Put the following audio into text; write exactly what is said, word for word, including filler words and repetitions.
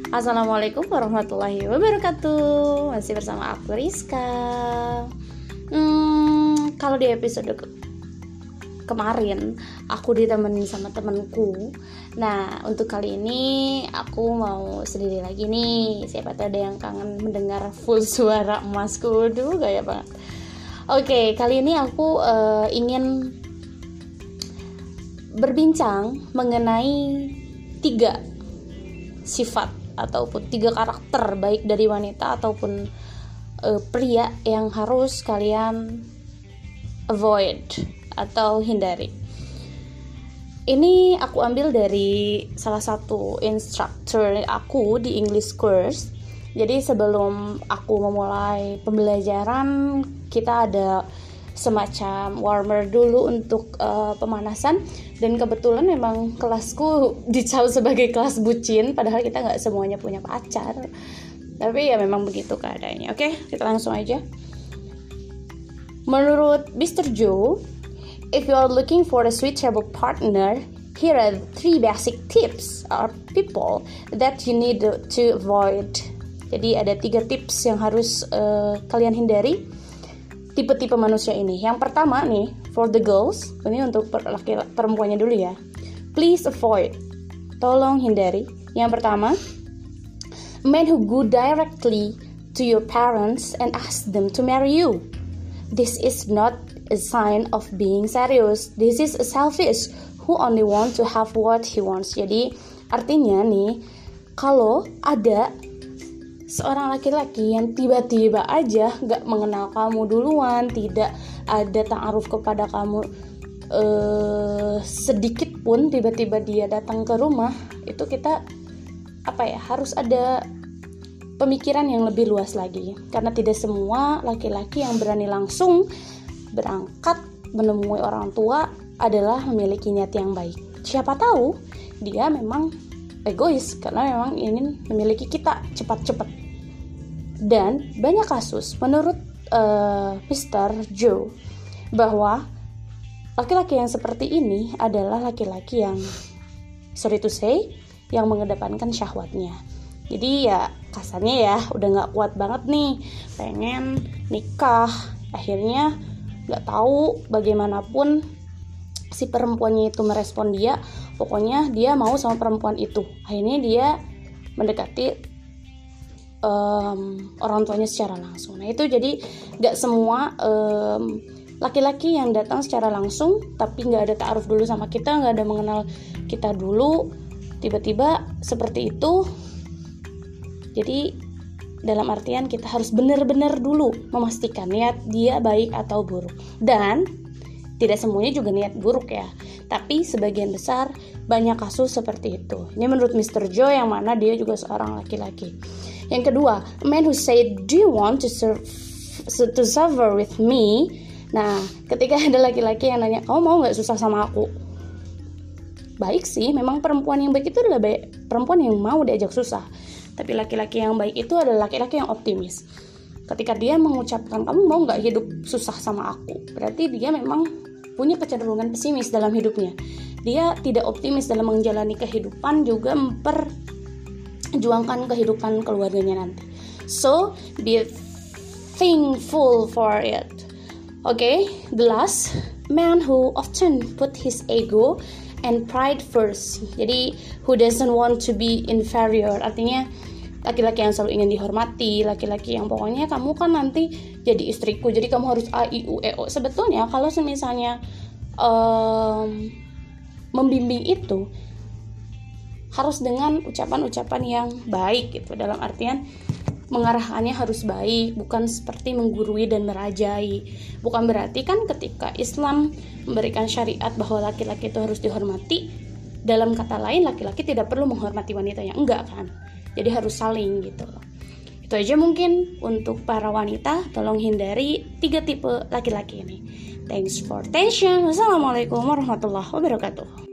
Assalamualaikum warahmatullahi wabarakatuh. Masih bersama aku Rizka. Hmm, kalau di episode ke- kemarin aku ditemenin sama temenku. Nah, untuk kali ini aku mau sendiri lagi nih. Siapa tahu ada yang kangen mendengar full suara emasku. Duh, gaya banget. Oke, kali ini aku uh, ingin berbincang mengenai tiga sifat ataupun tiga karakter baik dari wanita ataupun uh, pria yang harus kalian avoid atau hindari. Ini aku ambil dari salah satu instructor aku di English course. Jadi sebelum aku memulai pembelajaran, kita ada semacam warmer dulu untuk uh, pemanasan. Dan kebetulan memang kelasku dicap sebagai kelas bucin, padahal kita nggak semuanya punya pacar, tapi ya memang begitu keadaannya. Oke, kita langsung aja. Menurut mister Joe, if you are looking for a suitable partner, here are three basic tips or people that you need to avoid. Jadi ada tiga tips yang harus uh, kalian hindari tipe-tipe manusia ini. Yang pertama nih, for the girls, ini untuk laki perempuannya dulu ya. Please avoid. Tolong hindari. Yang pertama, men who go directly to your parents and ask them to marry you. This is not a sign of being serious. This is a selfish who only want to have what he wants. Jadi artinya nih, kalau ada seorang laki-laki yang tiba-tiba aja gak mengenal kamu duluan, tidak ada ta'aruf kepada kamu eh, sedikit pun, tiba-tiba dia datang ke rumah, itu kita apa ya, harus ada pemikiran yang lebih luas lagi. Karena tidak semua laki-laki yang berani langsung berangkat menemui orang tua adalah memiliki niat yang baik. Siapa tahu dia memang egois karena memang ingin memiliki kita cepat-cepat. Dan banyak kasus menurut uh, mister Joe bahwa laki-laki yang seperti ini adalah laki-laki yang, sorry to say, yang mengedepankan syahwatnya. Jadi ya kasarnya ya udah gak kuat banget nih, pengen nikah, akhirnya gak tahu bagaimanapun si perempuannya itu merespon dia, pokoknya dia mau sama perempuan itu. Akhirnya dia mendekati um, orang tuanya secara langsung. Nah itu jadi gak semua um, laki-laki yang datang secara langsung tapi gak ada ta'aruf dulu sama kita, gak ada mengenal kita dulu, tiba-tiba seperti itu. Jadi dalam artian kita harus benar-benar dulu memastikan niat dia baik atau buruk. Dan tidak semuanya juga niat buruk ya, tapi sebagian besar banyak kasus seperti itu. Ini menurut mister Joe yang mana dia juga seorang laki-laki. Yang kedua, a man who say, do you want to serve, to suffer with me? Nah, ketika ada laki-laki yang nanya, kamu mau gak susah sama aku? Baik sih, memang perempuan yang baik itu adalah baik, perempuan yang mau diajak susah. Tapi laki-laki yang baik itu adalah laki-laki yang optimis. Ketika dia mengucapkan, kamu mau gak hidup susah sama aku? Berarti dia memang punya kecenderungan pesimis dalam hidupnya. Dia tidak optimis dalam menjalani kehidupan, juga memperjuangkan kehidupan keluarganya nanti. So, be thankful for it. Okay, the last, man who often put his ego and pride first. Jadi, who doesn't want to be inferior. Artinya, laki-laki yang selalu ingin dihormati, laki-laki yang pokoknya kamu kan nanti jadi istriku, jadi kamu harus A, I, U, E, O. Sebetulnya kalau misalnya um, membimbing itu harus dengan ucapan-ucapan yang baik gitu. Dalam artian mengarahkannya harus baik, bukan seperti menggurui dan merajai. Bukan berarti kan ketika Islam memberikan syariat bahwa laki-laki itu harus dihormati, dalam kata lain laki-laki tidak perlu menghormati wanitanya, enggak kan? Jadi harus saling gitu. Itu aja mungkin untuk para wanita, tolong hindari tiga tipe laki-laki ini. Thanks for attention. Wassalamualaikum warahmatullahi wabarakatuh.